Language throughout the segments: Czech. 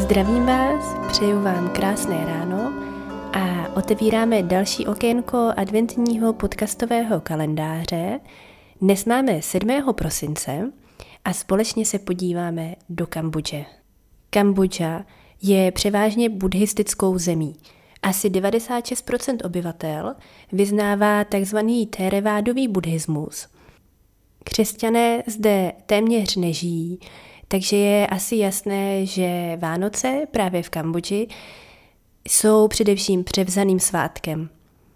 Zdravím vás, přeju vám krásné ráno a otevíráme další okénko adventního podcastového kalendáře. Dnes máme 7. prosince a společně se podíváme do Kambodže. Kambodža je převážně buddhistickou zemí. Asi 96% obyvatel vyznává tzv. Theravádový buddhismus. Křesťané zde téměř nežijí, takže je asi jasné, že Vánoce právě v Kambodži jsou především převzaným svátkem.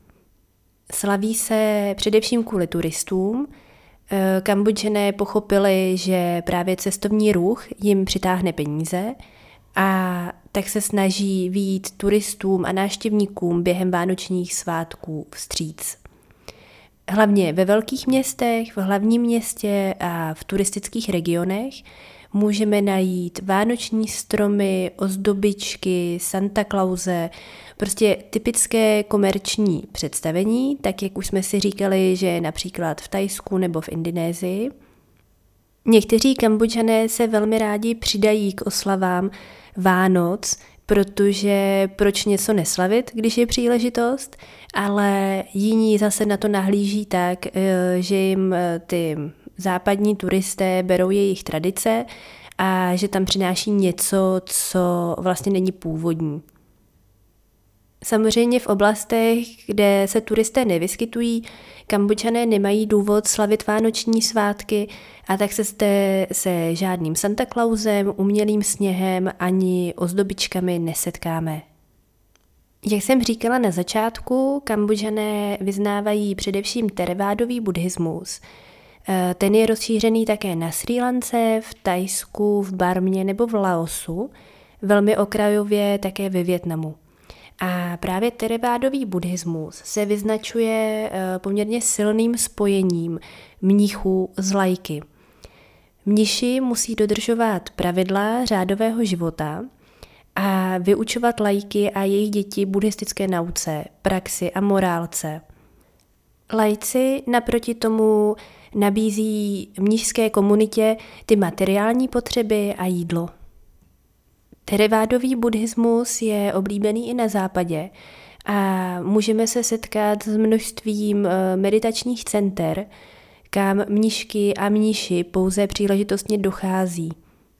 Slaví se především kvůli turistům. Kambodžané pochopili, že právě cestovní ruch jim přitáhne peníze a tak se snaží vyjít turistům a návštěvníkům během vánočních svátků vstříc. Hlavně ve velkých městech, v hlavním městě a v turistických regionech můžeme najít vánoční stromy, ozdobičky, Santa Klause, prostě typické komerční představení, tak jak už jsme si říkali, že například v Thajsku nebo v Indonésii. Někteří Kambodžané se velmi rádi přidají k oslavám Vánoc, protože proč něco neslavit, když je příležitost, ale jiní zase na to nahlíží tak, že jim ty západní turisté berou jejich tradice a že tam přináší něco, co vlastně není původní. Samozřejmě v oblastech, kde se turisté nevyskytují, Kambodžané nemají důvod slavit vánoční svátky a tak se žádným Santa Clausem, umělým sněhem ani ozdobičkami nesetkáme. Jak jsem říkala na začátku, Kambodžané vyznávají především theravádový buddhismus. Ten je rozšířený také na Srí Lance, v Thajsku, v Barmě nebo v Laosu, velmi okrajově také ve Vietnamu. A právě theravádový buddhismus se vyznačuje poměrně silným spojením mnichů s laiky. Mniši musí dodržovat pravidla řádového života a vyučovat laiky a jejich děti buddhistické nauce, praxi a morálce. Laici naproti tomu nabízí mnišské komunitě ty materiální potřeby a jídlo. Theravádový buddhismus je oblíbený i na západě a můžeme se setkat s množstvím meditačních center, kam mnišky a mniši pouze příležitostně dochází.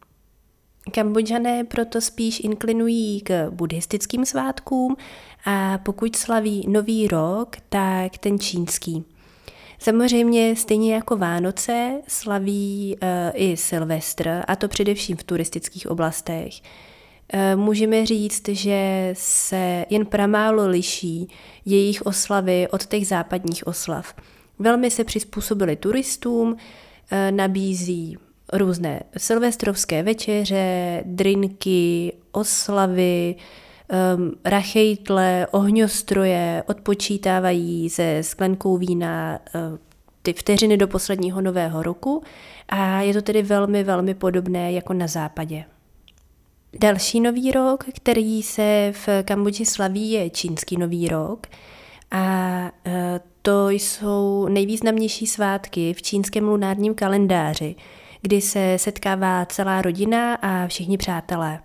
Kambodžané proto spíš inklinují k buddhistickým svátkům a pokud slaví Nový rok, tak ten čínský. Samozřejmě stejně jako Vánoce slaví i Silvestr, a to především v turistických oblastech. Můžeme říct, že se jen pramálo liší jejich oslavy od těch západních oslav. Velmi se přizpůsobili turistům, nabízí různé silvestrovské večeře, drinky, oslavy, rachejtle, ohňostroje, odpočítávají se sklenkou vína ty vteřiny do posledního nového roku a je to tedy velmi, velmi podobné jako na západě. Další nový rok, který se v Kambodži slaví, je čínský nový rok a to jsou nejvýznamnější svátky v čínském lunárním kalendáři, kdy se setkává celá rodina a všichni přátelé.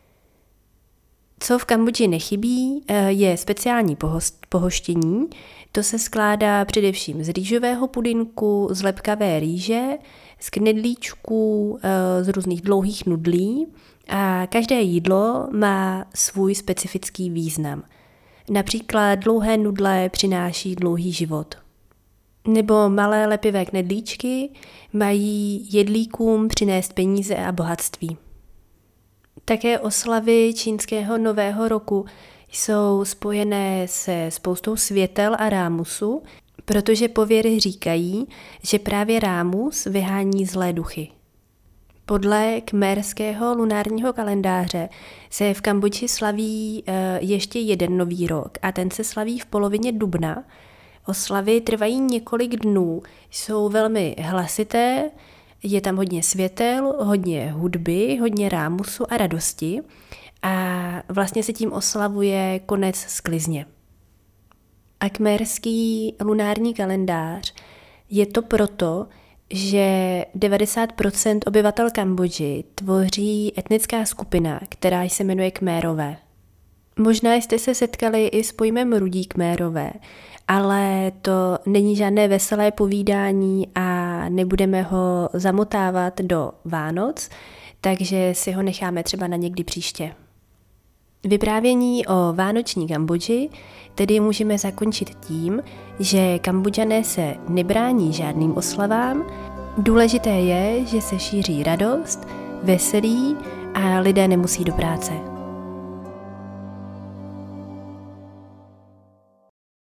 Co v Kambodži nechybí, je speciální pohoštění. To se skládá především z rýžového pudinku, z lepkavé rýže, z knedlíčků, z různých dlouhých nudlí a každé jídlo má svůj specifický význam. Například dlouhé nudle přináší dlouhý život. Nebo malé lepivé knedlíčky mají jedlíkům přinést peníze a bohatství. Také oslavy čínského nového roku jsou spojené se spoustou světel a rámusu, protože pověry říkají, že právě rámus vyhání zlé duchy. Podle khmerského lunárního kalendáře se v Kambodži slaví ještě jeden nový rok a ten se slaví v polovině dubna. Oslavy trvají několik dnů, jsou velmi hlasité, je tam hodně světel, hodně hudby, hodně rámusu a radosti a vlastně se tím oslavuje konec sklizně. A khmerský lunární kalendář je to proto, že 90% obyvatel Kambodži tvoří etnická skupina, která se jmenuje Khmerové. Možná jste se setkali i s pojmem rudí Khmerové, ale to není žádné veselé povídání a nebudeme ho zamotávat do Vánoc, takže si ho necháme třeba na někdy příště. Vyprávění o vánoční Kambodži tedy můžeme zakončit tím, že Kambodžané se nebrání žádným oslavám. Důležité je, že se šíří radost, veselí a lidé nemusí do práce.